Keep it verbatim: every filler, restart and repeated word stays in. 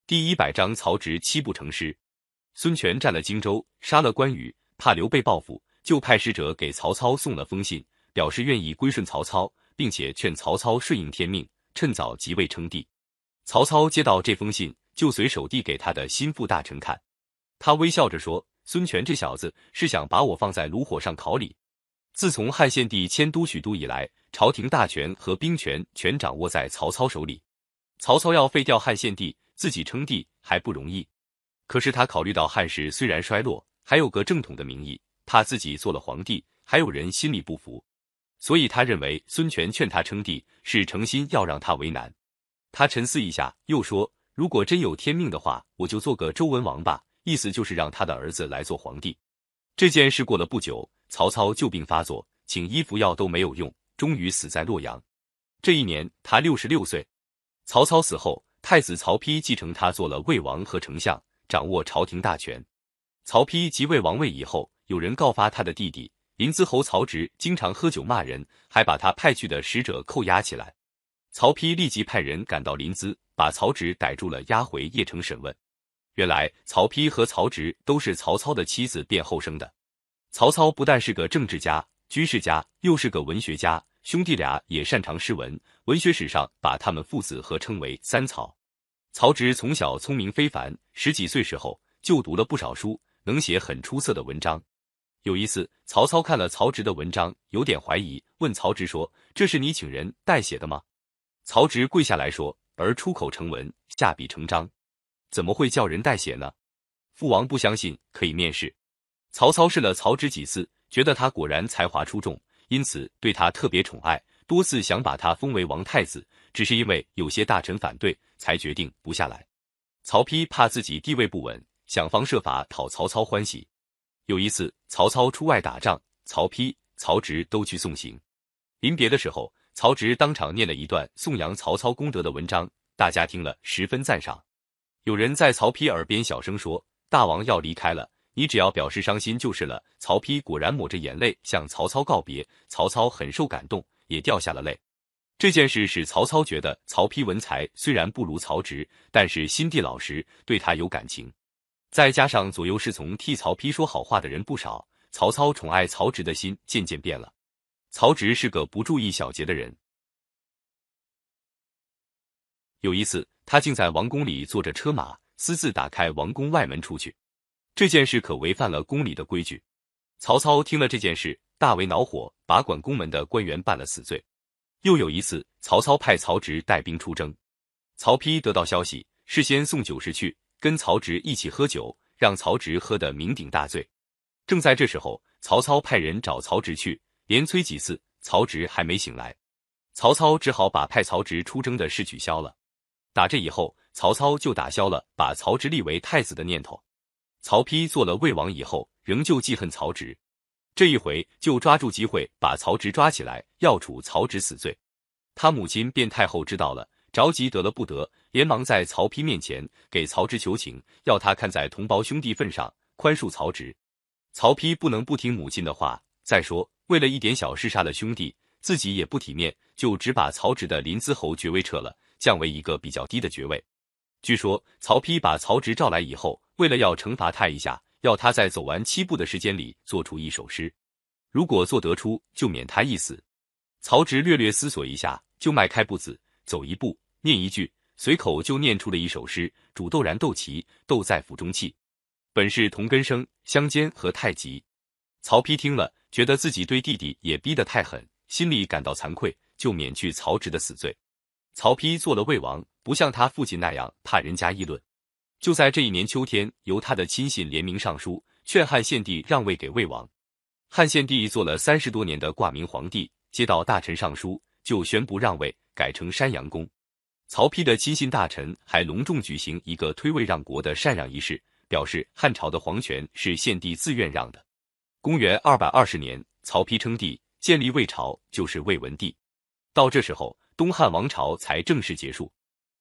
第一百章曹植七步成诗。孙权占了荆州，杀了关羽，怕刘备报复，就派使者给曹操送了封信，表示愿意归顺曹操，并且劝曹操顺应天命，趁早即位称帝。曹操接到这封信，就随手递给他的心腹大臣看。他微笑着说：“孙权这小子是想把我放在炉火上烤礼。”自从汉献帝迁都许都以来，朝廷大权和兵权全掌握在曹操手里。曹操要废掉汉献帝，自己称帝还不容易。可是他考虑到汉室虽然衰落，还有个正统的名义，怕自己做了皇帝，还有人心里不服，所以他认为孙权劝他称帝是诚心要让他为难。他沉思一下，又说：“如果真有天命的话，我就做个周文王吧。”意思就是让他的儿子来做皇帝。这件事过了不久，曹操旧病发作，请医服药都没有用，终于死在洛阳。这一年他六十六岁。曹操死后，太子曹丕继承他做了魏王和丞相，掌握朝廷大权。曹丕即位王位以后，有人告发他的弟弟临淄侯曹植经常喝酒骂人，还把他派去的使者扣押起来。曹丕立即派人赶到临淄，把曹植逮住了，押回邺城审问。原来曹丕和曹植都是曹操的妻子卞后生的。曹操不但是个政治家、军事家，又是个文学家，兄弟俩也擅长诗文，文学史上把他们父子合称为三曹。曹植从小聪明非凡，十几岁时候就读了不少书，能写很出色的文章。有一次，曹操看了曹植的文章，有点怀疑，问曹植说：“这是你请人代写的吗？”曹植跪下来说：“儿出口成文，下笔成章，怎么会叫人代写呢？父王不相信，可以面试。”曹操试了曹植几次，觉得他果然才华出众，因此对他特别宠爱，多次想把他封为王太子，只是因为有些大臣反对，才决定不下来。曹丕怕自己地位不稳，想方设法讨曹操欢喜。有一次，曹操出外打仗，曹丕、曹植都去送行。临别的时候，曹植当场念了一段颂扬曹操功德的文章，大家听了十分赞赏。有人在曹丕耳边小声说：“大王要离开了，你只要表示伤心就是了。”曹丕果然抹着眼泪向曹操告别，曹操很受感动，也掉下了泪。这件事使曹操觉得曹丕文才虽然不如曹植，但是心地老实，对他有感情。再加上左右侍从替曹丕说好话的人不少，曹操宠爱曹植的心渐渐变了。曹植是个不注意小节的人。有一次，他竟在王宫里坐着车马，私自打开王宫外门出去。这件事可违反了宫里的规矩。曹操听了这件事，大为恼火，把管宫门的官员办了死罪。又有一次，曹操派曹植带兵出征，曹丕得到消息，事先送酒食去，跟曹植一起喝酒，让曹植喝得酩酊大醉。正在这时候，曹操派人找曹植去，连催几次，曹植还没醒来。曹操只好把派曹植出征的事取消了。打这以后，曹操就打消了把曹植立为太子的念头。曹丕做了魏王以后，仍旧记恨曹植，这一回就抓住机会把曹植抓起来，要处曹植死罪。他母亲卞太后知道了，着急得了不得，连忙在曹丕面前给曹植求情，要他看在同胞兄弟份上宽恕曹植。曹丕不能不听母亲的话，再说为了一点小事杀了兄弟，自己也不体面，就只把曹植的临淄侯爵位撤了，降为一个比较低的爵位。据说曹丕把曹植召来以后，为了要惩罚他一下，要他在走完七步的时间里做出一首诗，如果做得出，就免他一死。曹植略略思索一下，就迈开步子，走一步，念一句，随口就念出了一首诗：煮豆燃豆萁，豆在釜中泣。本是同根生，相煎何太急。曹丕听了，觉得自己对弟弟也逼得太狠，心里感到惭愧，就免去曹植的死罪。曹丕做了魏王，不像他父亲那样怕人家议论。就在这一年秋天，由他的亲信联名上书，劝汉献帝让位给魏王。汉献帝做了三十多年的挂名皇帝，接到大臣上书，就宣布让位，改成山阳公。曹丕的亲信大臣还隆重举行一个推位让国的禅让仪式，表示汉朝的皇权是献帝自愿让的。公元二百二十年，曹丕称帝，建立魏朝，就是魏文帝。到这时候，东汉王朝才正式结束。